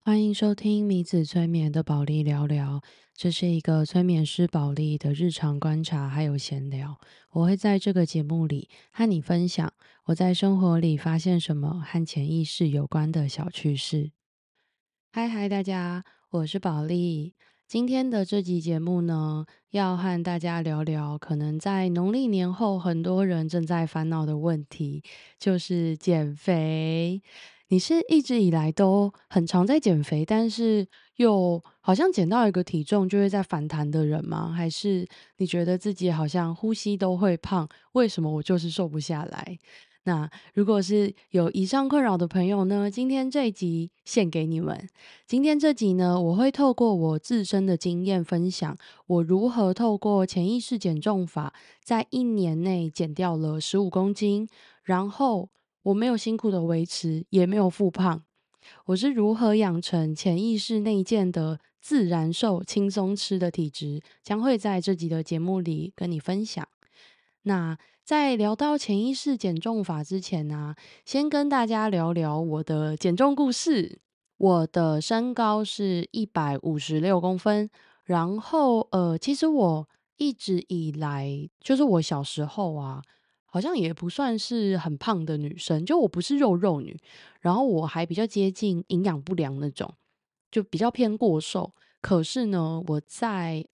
欢迎收听米子催眠的宝莉聊聊，这是一个催眠师宝莉的日常观察还有闲聊。我会在这个节目里和你分享我在生活里发现什么和潜意识有关的小趣事。嗨嗨，大家，我是宝莉。今天的这集节目呢，要和大家聊聊可能在农历年后很多人正在烦恼的问题，就是减肥。你是一直以来都很常在减肥，但是又好像减到一个体重就会在反弹的人吗？还是你觉得自己好像呼吸都会胖，为什么我就是瘦不下来？那如果是有以上困扰的朋友呢，今天这一集献给你们。今天这集呢，我会透过我自身的经验分享，我如何透过潜意识减重法，在1年内减掉了15公斤，然后我没有辛苦的维持，也没有复胖。我是如何养成潜意识内建的自然瘦、轻松吃的体质，将会在这集的节目里跟你分享。那在聊到潜意识减重法之前呢，先跟大家聊聊我的减重故事。我的身高是156公分，然后其实我一直以来，就是我小时候啊，好像也不算是很胖的女生，就我不是肉肉女，然后我还比较接近营养不良那种，就比较偏过瘦。可是呢，我在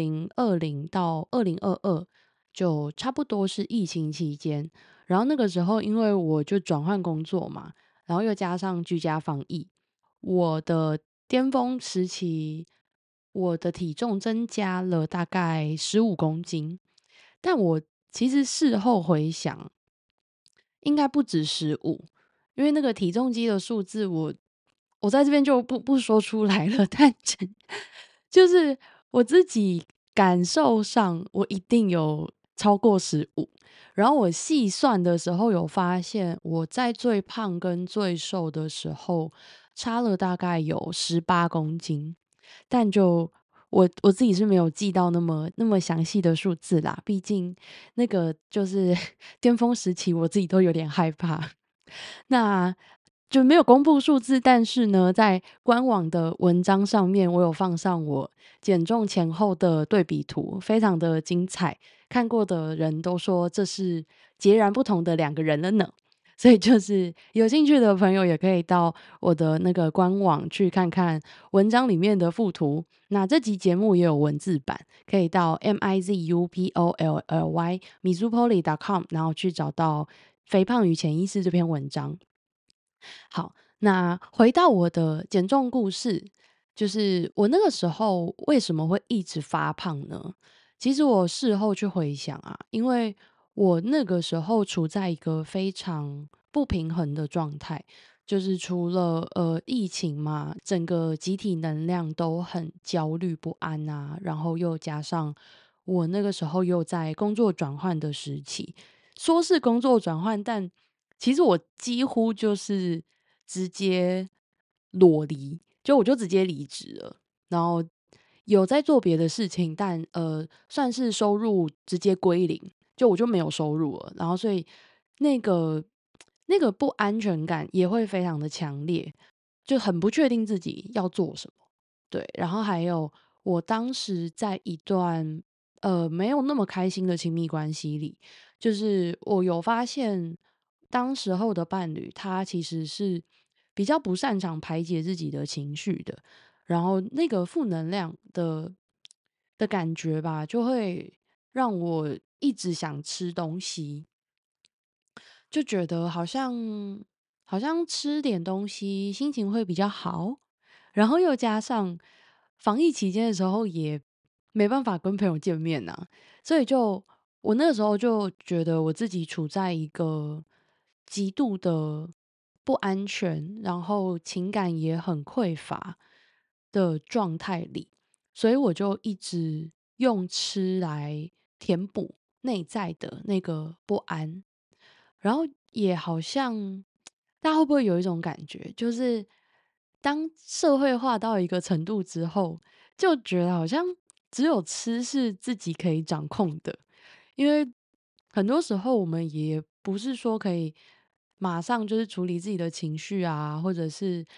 2020到2022，就差不多是疫情期间，然后那个时候因为我就转换工作嘛，然后又加上居家防疫，我的巅峰时期，我的体重增加了大概15公斤，但我其实事后回想，应该不止15，因为那个体重机的数字我在这边就不说出来了，但就是我自己感受上，我一定有超过15。然后我细算的时候有发现，我在最胖跟最瘦的时候差了大概有18公斤，但就我自己是没有记到那么详细的数字啦，毕竟那个就是巅峰时期，我自己都有点害怕。那就没有公布数字，但是呢，在官网的文章上面，我有放上我减重前后的对比图，非常的精彩。看过的人都说这是截然不同的两个人了呢。所以就是有兴趣的朋友也可以到我的那个官网去看看文章里面的附图。那这集节目也有文字版，可以到 MIZUPOLLY mizupolly.com，然后去找到《肥胖与潜意识》这篇文章。好，那回到我的减重故事，就是我那个时候为什么会一直发胖呢？其实我事后去回想啊，因为我那个时候处在一个非常不平衡的状态，就是除了疫情嘛，整个集体能量都很焦虑不安啊，然后又加上我那个时候又在工作转换的时期，说是工作转换，但其实我几乎就是直接裸离，就我就直接离职了，然后有在做别的事情，但算是收入直接归零，就我就没有收入了，然后所以那个那个不安全感也会非常的强烈，就很不确定自己要做什么。对，然后还有我当时在一段没有那么开心的亲密关系里，就是我有发现，当时候的伴侣他其实是比较不擅长排解自己的情绪的，然后那个负能量的感觉吧，就会让我一直想吃东西，就觉得好像吃点东西心情会比较好，然后又加上防疫期间的时候也没办法跟朋友见面呐、所以就我那个时候就觉得我自己处在一个极度的不安全，然后情感也很匮乏的状态里，所以我就一直用吃来填补内在的那个不安。然后也好像大家会不会有一种感觉，就是当社会化到一个程度之后，就觉得好像只有吃是自己可以掌控的，因为很多时候我们也不是说可以马上就是处理自己的情绪啊，或者是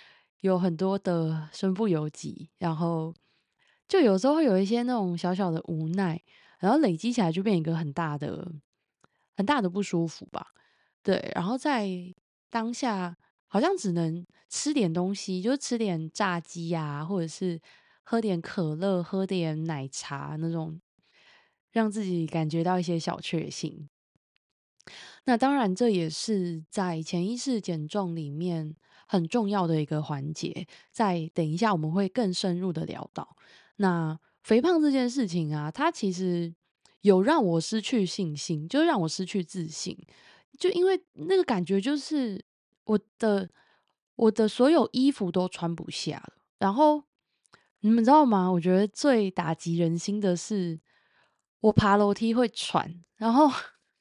有很多的身不由己，然后就有时候会有一些那种小小的无奈，然后累积起来就变一个很大的不舒服吧。对，然后在当下好像只能吃点东西，就吃点炸鸡啊，或者是喝点可乐、喝点奶茶那种，让自己感觉到一些小确幸。那当然，这也是在潜意识减重里面很重要的一个环节，在等一下我们会更深入的聊到。那肥胖这件事情啊，它其实有让我失去信心，就让我失去自信，就因为那个感觉就是我的我的所有衣服都穿不下了，然后你们知道吗？我觉得最打击人心的是，我爬楼梯会喘，然后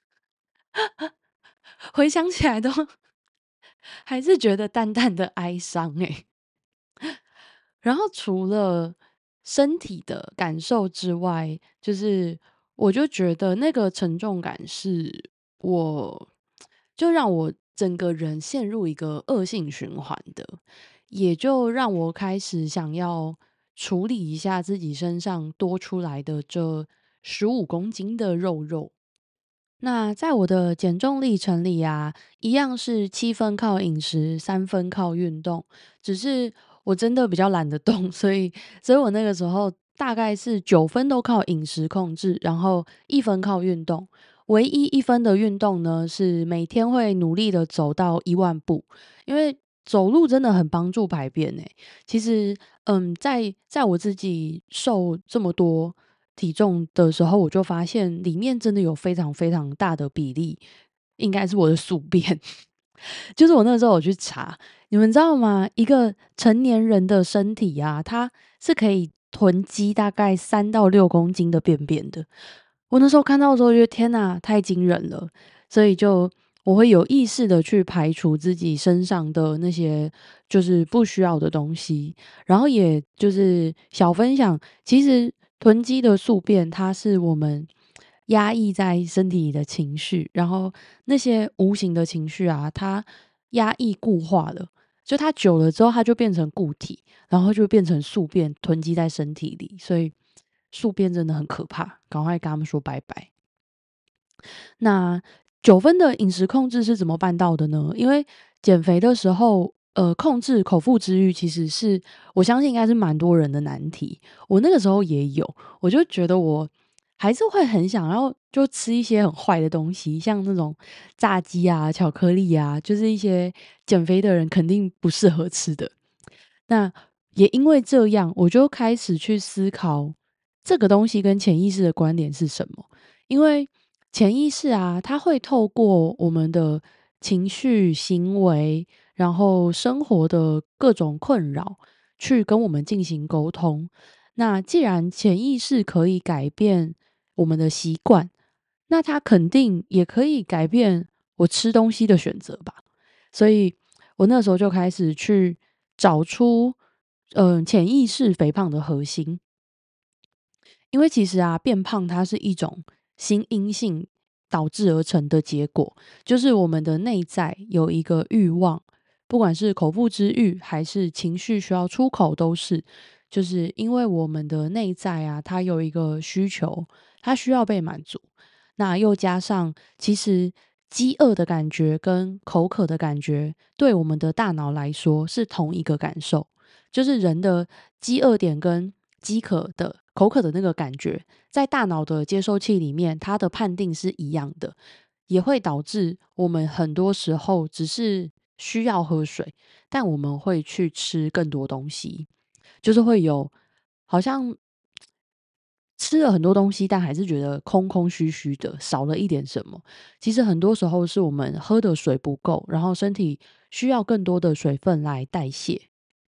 回想起来都还是觉得淡淡的哀伤欸。然后除了身体的感受之外，就是我就觉得那个沉重感是我就让我整个人陷入一个恶性循环的，也就让我开始想要处理一下自己身上多出来的这15公斤的肉肉。那在我的减重历程里啊，一样是7分靠饮食3分靠运动，只是我真的比较懒得动，所以我那个时候大概是9分都靠饮食控制，然后1分靠运动。唯一1分的运动呢，是每天会努力的走到1万步，因为走路真的很帮助排便诶。其实，在我自己瘦这么多体重的时候，我就发现里面真的有非常非常大的比例，应该是我的宿便。就是我那个时候我去查，你们知道吗？一个成年人的身体啊，它是可以囤积大概3到6公斤的便便的。我那时候看到的时候，觉得天哪，太惊人了！所以我会有意识的去排除自己身上的那些就是不需要的东西，然后也就是小分享，其实囤积的宿便，它是我们压抑在身体里的情绪，然后那些无形的情绪啊，它压抑固化了，就它久了之后，它就变成固体，然后就变成宿便囤积在身体里，所以宿便真的很可怕，赶快跟他们说拜拜。那9分的饮食控制是怎么办到的呢？因为减肥的时候，控制口腹之欲，其实是我相信应该是蛮多人的难题。我那个时候也有，我就觉得我还是会很想要就吃一些很坏的东西，像那种炸鸡啊、巧克力啊，就是一些减肥的人肯定不适合吃的。那也因为这样，我就开始去思考这个东西跟潜意识的关联是什么。因为潜意识啊，它会透过我们的情绪、行为，然后生活的各种困扰，去跟我们进行沟通。那既然潜意识可以改变我们的习惯，那它肯定也可以改变我吃东西的选择吧。所以我那时候就开始去找出，潜意识肥胖的核心。因为其实啊，变胖它是一种心因性导致而成的结果，就是我们的内在有一个欲望，不管是口腹之欲还是情绪需要出口，都是就是因为我们的内在啊，它有一个需求，它需要被满足。那又加上，其实饥饿的感觉跟口渴的感觉，对我们的大脑来说是同一个感受，就是人的饥饿点跟口渴的那个感觉，在大脑的接收器里面，它的判定是一样的，也会导致我们很多时候只是需要喝水，但我们会去吃更多东西，就是会有好像吃了很多东西，但还是觉得空空虚虚的，少了一点什么。其实很多时候是我们喝的水不够，然后身体需要更多的水分来代谢。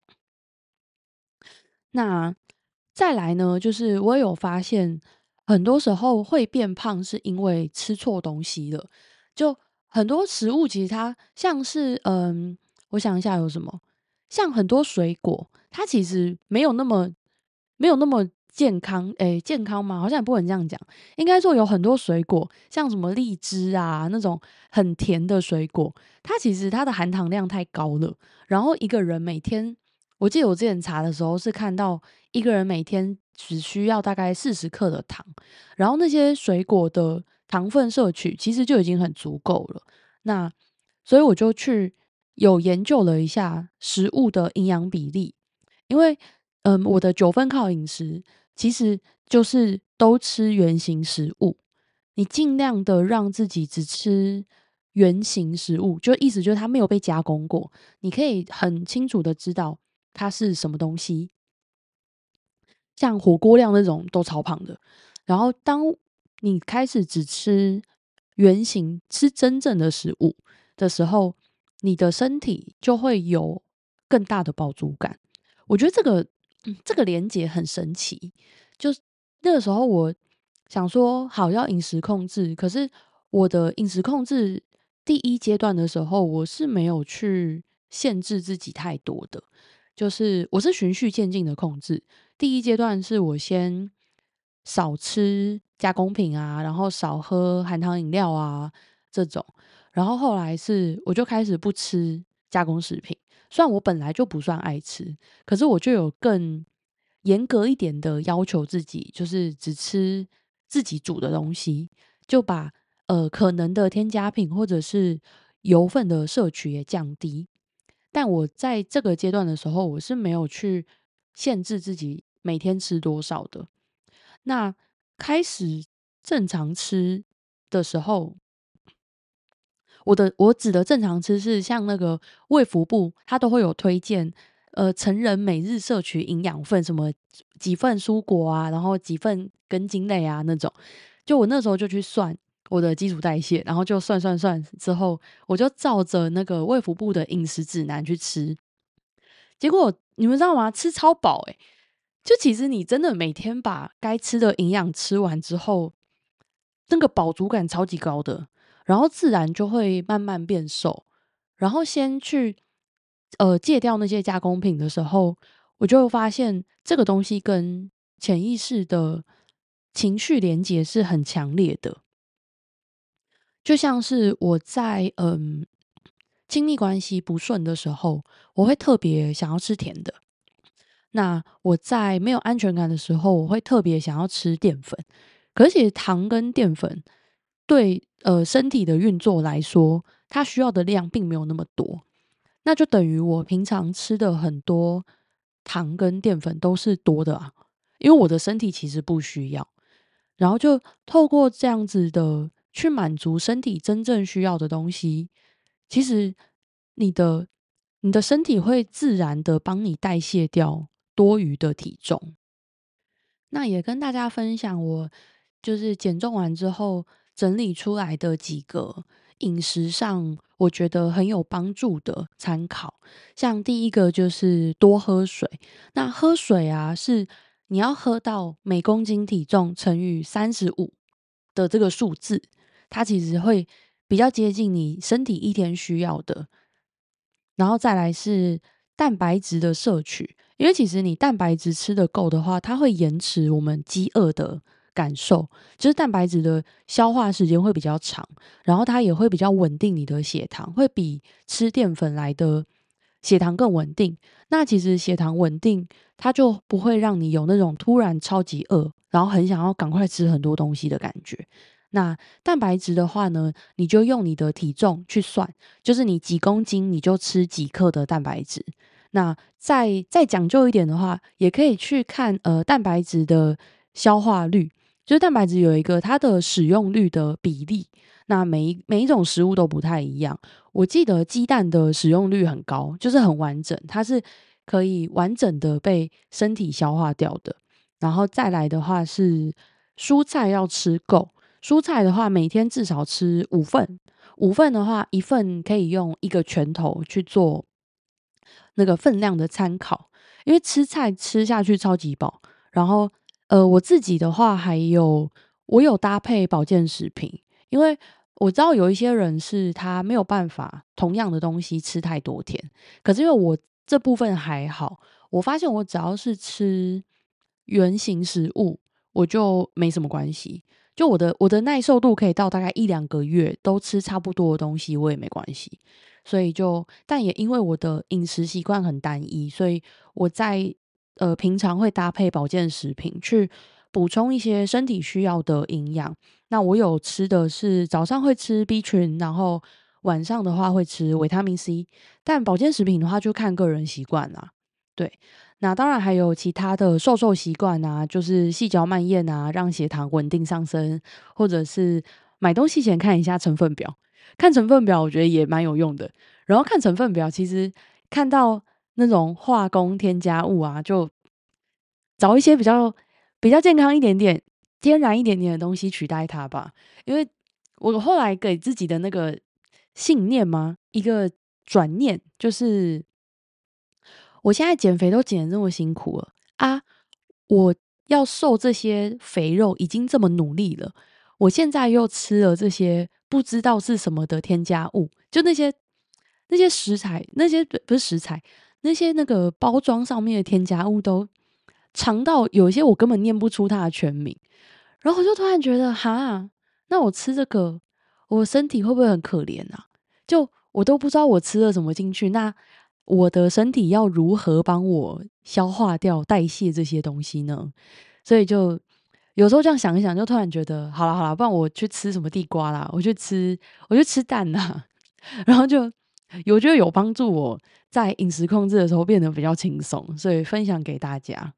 那再来呢，就是我有发现，很多时候会变胖是因为吃错东西了。就很多食物其实它像是，我想一下有什么，像很多水果，它其实没有那么健康。诶，健康吗？好像也不能这样讲。应该说有很多水果，像什么荔枝啊那种很甜的水果，它其实它的含糖量太高了。然后一个人每天我记得我之前查的时候是看到一个人每天只需要大概40克的糖，然后那些水果的糖分摄取其实就已经很足够了。那所以我就去有研究了一下食物的营养比例，因为我的9分靠饮食其实就是都吃原形食物，你尽量的让自己只吃原形食物，就意思就是它没有被加工过，你可以很清楚的知道它是什么东西。像火锅料那种都超胖的。然后当你开始只吃原形、吃真正的食物的时候，你的身体就会有更大的饱足感。我觉得这个连结很神奇。就是那个时候我想说，好要饮食控制，可是我的饮食控制第一阶段的时候，我是没有去限制自己太多的，就是我是循序渐进的控制。第一阶段是我先少吃加工品啊，然后少喝含糖饮料啊这种，然后后来是我就开始不吃加工食品。虽然我本来就不算爱吃，可是我就有更严格一点的要求自己，就是只吃自己煮的东西，就把可能的添加品或者是油分的摄取也降低。但我在这个阶段的时候，我是没有去限制自己每天吃多少的。那开始正常吃的时候，我指的正常吃是像那个卫福部，它都会有推荐，成人每日摄取营养分，什么几份蔬果啊，然后几份根茎类啊那种。就我那时候就去算我的基础代谢，然后就算之后，我就照着那个卫福部的饮食指南去吃。结果你们知道吗？吃超饱欸。就其实你真的每天把该吃的营养吃完之后，那个饱足感超级高的，然后自然就会慢慢变瘦。然后先去戒掉那些加工品的时候，我就发现这个东西跟潜意识的情绪连结是很强烈的。就像是我在亲密关系不顺的时候，我会特别想要吃甜的。那我在没有安全感的时候，我会特别想要吃淀粉。可是其实糖跟淀粉对身体的运作来说，它需要的量并没有那么多。那就等于我平常吃的很多糖跟淀粉都是多的啊，因为我的身体其实不需要。然后就透过这样子的去满足身体真正需要的东西，其实你的你的身体会自然的帮你代谢掉多余的体重。那也跟大家分享我就是减重完之后整理出来的几个饮食上我觉得很有帮助的参考。像第一个就是多喝水，那喝水啊是你要喝到每公斤体重乘以35的这个数字，它其实会比较接近你身体一天需要的。然后再来是蛋白质的摄取，因为其实你蛋白质吃得够的话，它会延迟我们饥饿的感受，就是蛋白质的消化时间会比较长，然后它也会比较稳定你的血糖，会比吃淀粉来的血糖更稳定。那其实血糖稳定，它就不会让你有那种突然超级饿，然后很想要赶快吃很多东西的感觉。那蛋白质的话呢，你就用你的体重去算，就是你几公斤你就吃几克的蛋白质。那再讲究一点的话，也可以去看蛋白质的消化率，就是蛋白质有一个它的使用率的比例。那每一种食物都不太一样。我记得鸡蛋的使用率很高，就是很完整，它是可以完整的被身体消化掉的。然后再来的话是蔬菜要吃够，蔬菜的话每天至少吃5份，5份的话一份可以用一个拳头去做那个分量的参考。因为吃菜吃下去超级饱。然后我自己的话我有搭配保健食品，因为我知道有一些人是他没有办法同样的东西吃太多天，可是因为我这部分还好，我发现我只要是吃原形食物，我就没什么关系。就我的耐受度可以到大概1-2个月都吃差不多的东西，我也没关系。所以但也因为我的饮食习惯很单一，所以我在平常会搭配保健食品去补充一些身体需要的营养。那我有吃的是早上会吃 B 群，然后晚上的话会吃维他命 C，但保健食品的话就看个人习惯啦。对，那当然还有其他的瘦习惯啊，就是细嚼慢咽啊，让血糖稳定上升，或者是买东西前看一下成分表。看成分表我觉得也蛮有用的。然后看成分表，其实看到那种化工添加物啊，就找一些比较健康一点点、天然一点点的东西取代它吧。因为我后来给自己的那个信念吗，一个转念，就是我现在减肥都减得这么辛苦了啊，我要瘦这些肥肉已经这么努力了，我现在又吃了这些不知道是什么的添加物，就那些食材，那些不是食材，那些那个包装上面的添加物都长到有一些我根本念不出它的全名，然后我就突然觉得，哈，那我吃这个，我身体会不会很可怜啊？就我都不知道我吃了什么进去，那我的身体要如何帮我消化掉、代谢这些东西呢？所以就有时候这样想一想，就突然觉得，好啦，不然我去吃什么地瓜啦，我去吃蛋啦，然后我觉得有帮助我在饮食控制的时候变得比较轻松，所以分享给大家。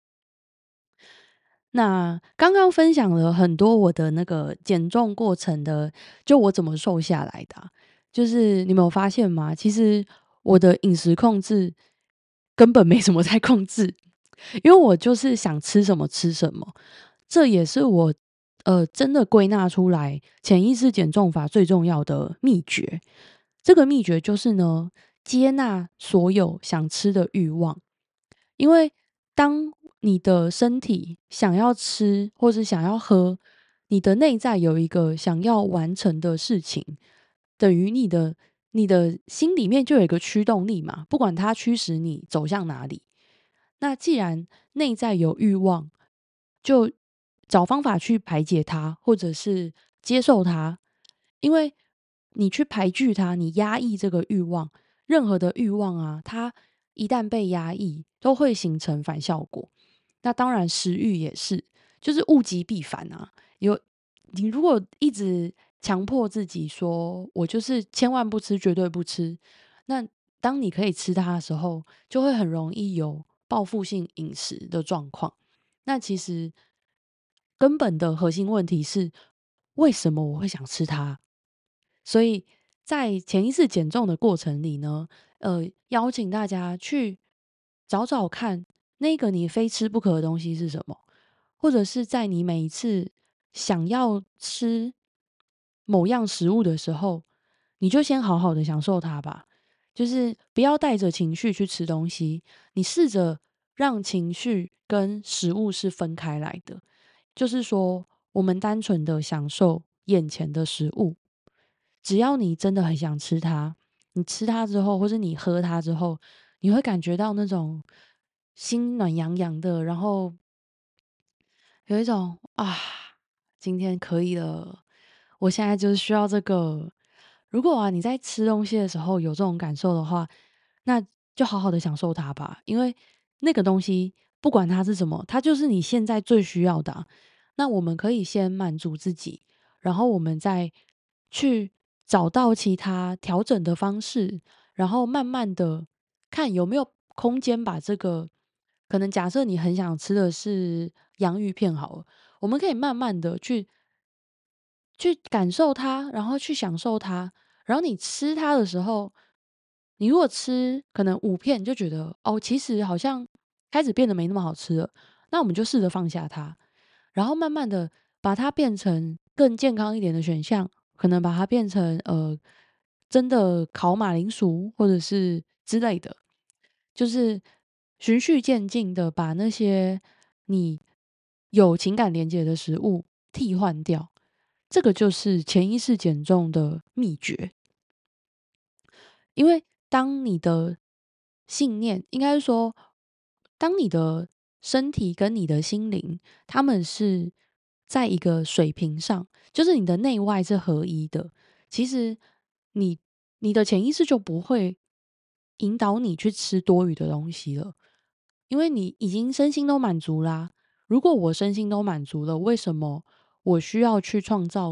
那刚刚分享了很多我的那个减重过程的，就我怎么瘦下来的啊，就是你们有发现吗？其实我的饮食控制根本没什么在控制，因为我就是想吃什么吃什么，这也是我真的归纳出来潜意识减重法最重要的秘诀。这个秘诀就是呢，接纳所有想吃的欲望。因为当你的身体想要吃或是想要喝，你的内在有一个想要完成的事情，等于你的心里面就有一个驱动力嘛，不管它驱使你走向哪里。那既然内在有欲望，就找方法去排解它，或者是接受它。因为你去排拒它，你压抑这个欲望，任何的欲望啊，它一旦被压抑，都会形成反效果。那当然，食欲也是，就是物极必反啊。你如果一直强迫自己说，我就是千万不吃，绝对不吃，那当你可以吃它的时候，就会很容易有报复性饮食的状况。那其实根本的核心问题是，为什么我会想吃它？所以在潜意识减重的过程里呢，邀请大家去找找看，那个你非吃不可的东西是什么，或者是在你每一次想要吃某样食物的时候，你就先好好的享受它吧，就是不要带着情绪去吃东西，你试着让情绪跟食物是分开来的，就是说，我们单纯的享受眼前的食物。只要你真的很想吃它，你吃它之后，或是你喝它之后，你会感觉到那种心暖洋洋的，然后有一种啊，今天可以了，我现在就是需要这个。如果啊你在吃东西的时候有这种感受的话，那就好好的享受它吧，因为那个东西不管它是什么，它就是你现在最需要的啊。那我们可以先满足自己，然后我们再去找到其他调整的方式，然后慢慢的看有没有空间把这个可能假设你很想吃的是洋芋片好了，我们可以慢慢的去感受它，然后去享受它。然后你吃它的时候，你如果吃可能5片，你就觉得哦，其实好像开始变得没那么好吃了，那我们就试着放下它，然后慢慢的把它变成更健康一点的选项，可能把它变成真的烤马铃薯或者是之类的，就是循序渐进的把那些你有情感连接的食物替换掉。这个就是潜意识减重的秘诀。因为当你的信念，应该是说，当你的身体跟你的心灵，他们是在一个水平上，就是你的内外是合一的。其实你你的潜意识就不会引导你去吃多余的东西了。 因为你已经身心都满足啦。如果我身心都满足了，为什么我需要去创造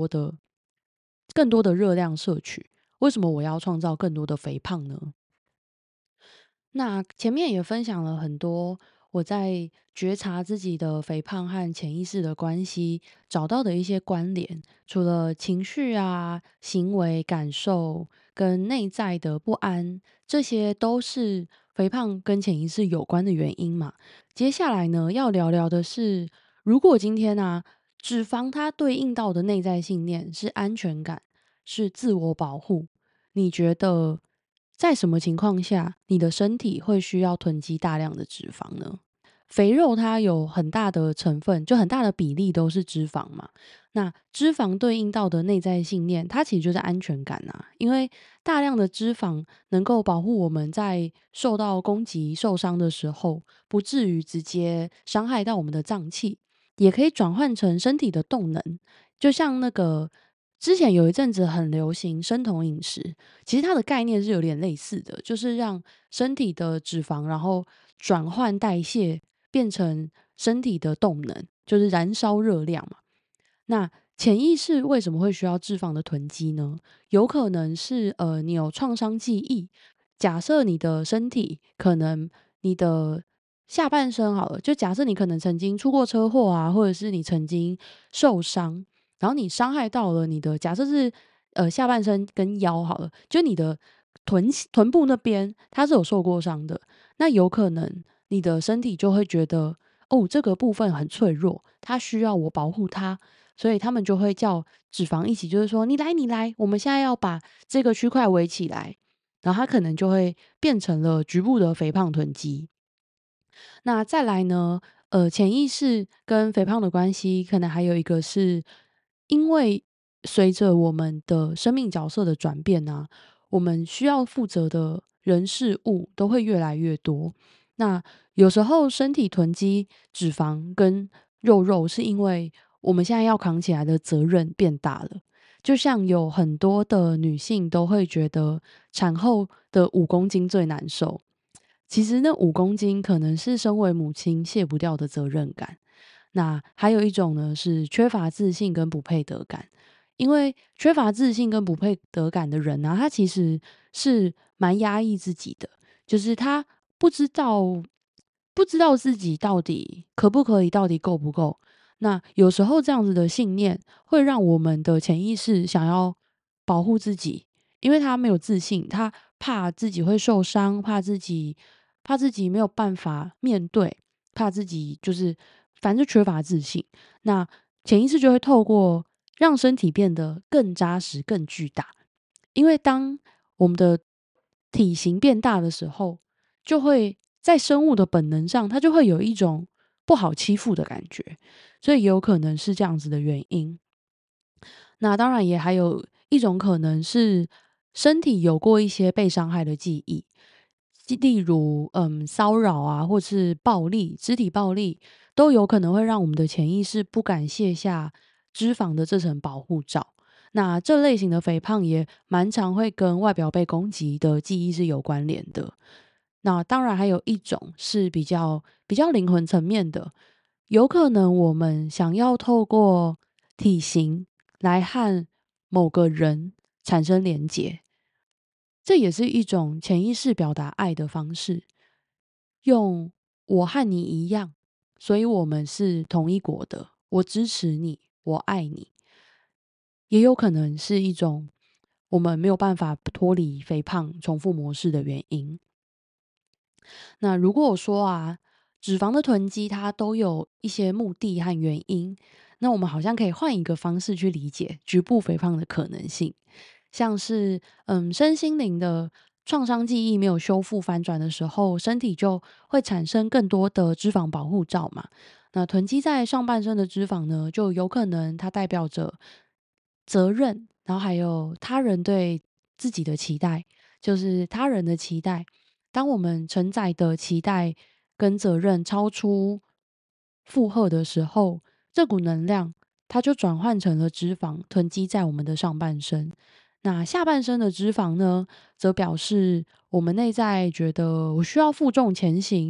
更多的热量摄取？为什么我要创造更多的肥胖呢？那前面也分享了很多我在觉察自己的肥胖和潜意识的关系找到的一些关联，除了情绪啊、行为感受跟内在的不安，这些都是肥胖跟潜意识有关的原因嘛。接下来呢，要聊聊的是，如果今天啊，脂肪它对应到的内在信念是安全感，是自我保护，你觉得在什么情况下，你的身体会需要囤积大量的脂肪呢？肥肉它有很大的成分，就很大的比例都是脂肪嘛。那脂肪对应到的内在信念，它其实就是安全感啊。因为大量的脂肪能够保护我们在受到攻击、受伤的时候，不至于直接伤害到我们的脏器，也可以转换成身体的动能。就像那个之前有一阵子很流行生酮饮食，其实它的概念是有点类似的，就是让身体的脂肪，然后转换代谢变成身体的动能，就是燃烧热量嘛。那潜意识为什么会需要脂肪的囤积呢？有可能是你有创伤记忆，假设你的身体可能你的下半身好了，就假设你可能曾经出过车祸啊，或者是你曾经受伤，然后你伤害到了你的，假设是下半身跟腰好了，就你的臀部那边它是有受过伤的，那有可能你的身体就会觉得哦这个部分很脆弱，它需要我保护它，所以他们就会叫脂肪一起，就是说你来，我们现在要把这个区块围起来，然后它可能就会变成了局部的肥胖囤积。那再来呢，潜意识跟肥胖的关系，可能还有一个是因为随着我们的生命角色的转变啊，我们需要负责的人事物都会越来越多。那有时候身体囤积脂肪跟肉，是因为我们现在要扛起来的责任变大了。就像有很多的女性都会觉得产后的5公斤最难受，其实那5公斤可能是身为母亲卸不掉的责任感。那还有一种呢，是缺乏自信跟不配得感。因为缺乏自信跟不配得感的人呢，他其实是蛮压抑自己的，就是他不知道不知道自己到底可不可以，到底够不够。那有时候这样子的信念会让我们的潜意识想要保护自己，因为他没有自信，他怕自己会受伤，怕自己没有办法面对，怕自己就是反正就缺乏自信。那潜意识就会透过让身体变得更扎实、更巨大，因为当我们的体型变大的时候，就会在生物的本能上，它就会有一种不好欺负的感觉，所以也有可能是这样子的原因。那当然也还有一种可能是身体有过一些被伤害的记忆，例如骚扰啊，或是暴力、肢体暴力，都有可能会让我们的潜意识不敢卸下脂肪的这层保护罩。那这类型的肥胖也蛮常会跟外表被攻击的记忆是有关联的。那当然还有一种是比较灵魂层面的，有可能我们想要透过体型来和某个人产生连结，这也是一种潜意识表达爱的方式。用我和你一样，所以我们是同一国的，我支持你，我爱你。也有可能是一种我们没有办法脱离肥胖重复模式的原因。那如果我说啊，脂肪的囤积它都有一些目的和原因，那我们好像可以换一个方式去理解局部肥胖的可能性，像是身心灵的创伤记忆没有修复反转的时候，身体就会产生更多的脂肪保护罩嘛。那囤积在上半身的脂肪呢，就有可能它代表着责任，然后还有他人对自己的期待，就是他人的期待。当我们承载的期待跟责任超出负荷的时候，这股能量它就转换成了脂肪，囤积在我们的上半身。那下半身的脂肪呢，则表示我们内在觉得我需要负重前行，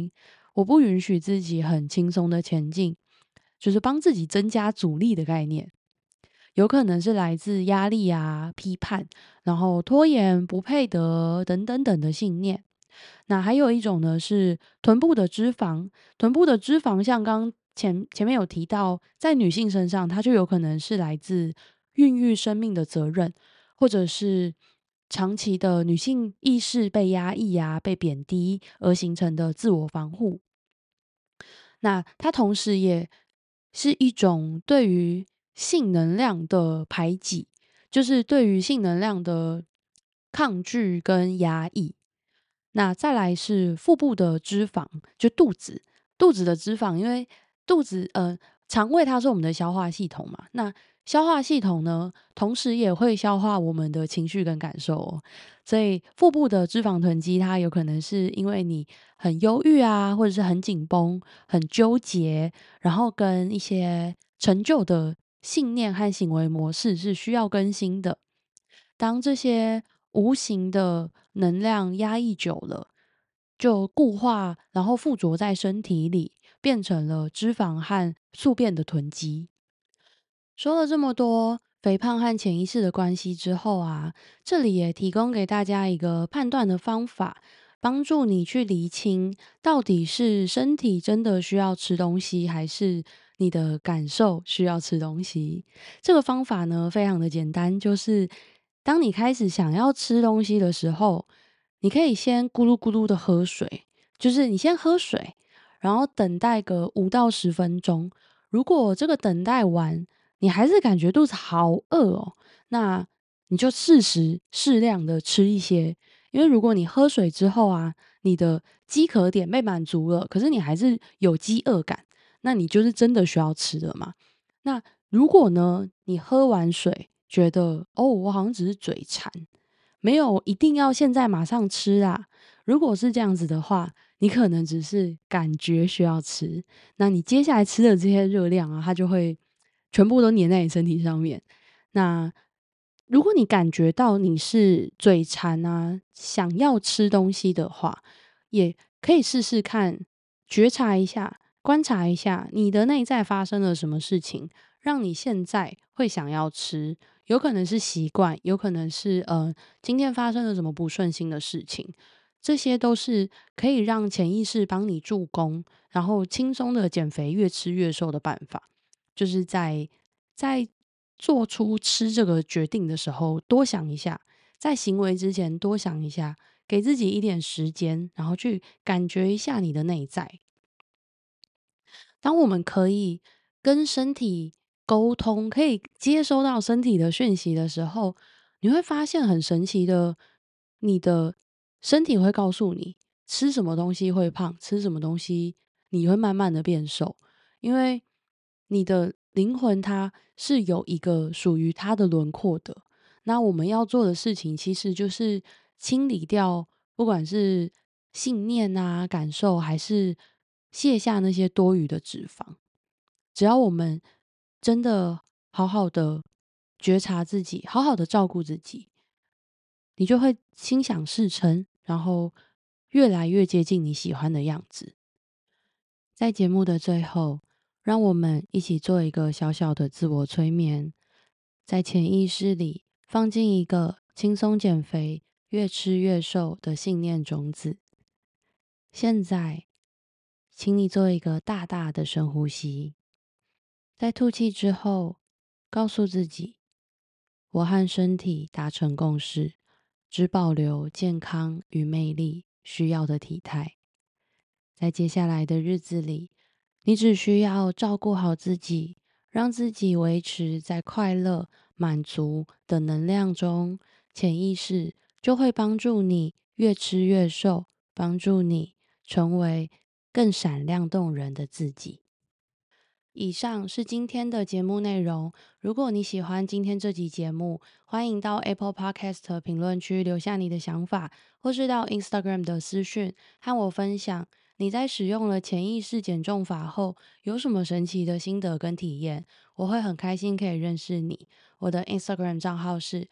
我不允许自己很轻松的前进，就是帮自己增加阻力的概念。有可能是来自压力啊、批判，然后拖延、不配得等等等的信念。那还有一种呢是臀部的脂肪，臀部的脂肪像刚前面有提到，在女性身上，它就有可能是来自孕育生命的责任，或者是长期的女性意识被压抑啊、被贬低而形成的自我防护。那它同时也是一种对于性能量的排挤，就是对于性能量的抗拒跟压抑。那再来是腹部的脂肪，就肚子的脂肪，因为肚子肠胃它是我们的消化系统嘛，那消化系统呢，同时也会消化我们的情绪跟感受哦。所以腹部的脂肪囤积，它有可能是因为你很忧郁啊，或者是很紧绷、很纠结，然后跟一些陈旧的信念和行为模式是需要更新的。当这些无形的能量压抑久了，就固化，然后附着在身体里，变成了脂肪和宿便的囤积。说了这么多肥胖和潜意识的关系之后啊，这里也提供给大家一个判断的方法，帮助你去厘清到底是身体真的需要吃东西，还是你的感受需要吃东西。这个方法呢，非常的简单，就是当你开始想要吃东西的时候，你可以先咕噜咕噜的喝水，就是你先喝水，然后等待个5到10分钟。如果这个等待完，你还是感觉肚子好饿哦，那你就适量的吃一些。因为如果你喝水之后啊，你的饥渴点被满足了，可是你还是有饥饿感，那你就是真的需要吃的嘛。那如果呢，你喝完水觉得哦，我好像只是嘴馋，没有一定要现在马上吃啊。如果是这样子的话，你可能只是感觉需要吃，那你接下来吃的这些热量啊，它就会全部都粘在你身体上面。那如果你感觉到你是嘴馋啊，想要吃东西的话，也可以试试看，觉察一下，观察一下你的内在发生了什么事情，让你现在会想要吃。有可能是习惯，有可能是今天发生了什么不顺心的事情，这些都是可以让潜意识帮你助攻，然后轻松的减肥，越吃越瘦的办法。就是在做出吃这个决定的时候，多想一下，在行为之前多想一下，给自己一点时间，然后去感觉一下你的内在。当我们可以跟身体沟通，可以接收到身体的讯息的时候，你会发现很神奇的，你的身体会告诉你吃什么东西会胖，吃什么东西你会慢慢的变瘦，因为你的灵魂它是有一个属于它的轮廓的。那我们要做的事情其实就是清理掉，不管是信念啊、感受，还是卸下那些多余的脂肪。只要我们真的好好的觉察自己，好好的照顾自己，你就会心想事成，然后越来越接近你喜欢的样子。在节目的最后，让我们一起做一个小小的自我催眠，在潜意识里放进一个轻松减肥、越吃越瘦的信念种子。现在，请你做一个大大的深呼吸，在吐气之后，告诉自己：我和身体达成共识，只保留健康与魅力需要的体态。在接下来的日子里，你只需要照顾好自己，让自己维持在快乐、满足的能量中，潜意识就会帮助你越吃越瘦，帮助你成为更闪亮动人的自己。以上是今天的节目内容。如果你喜欢今天这集节目，欢迎到 Apple Podcast 评论区留下你的想法，或是到 Instagram 的私讯和我分享你在使用了潜意识减重法后有什么神奇的心得跟体验。我会很开心可以认识你。我的 Instagram 账号是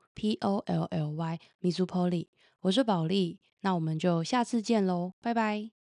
MIZUPOLLY Mizupolly，我是宝莉。那我们就下次见喽，拜拜。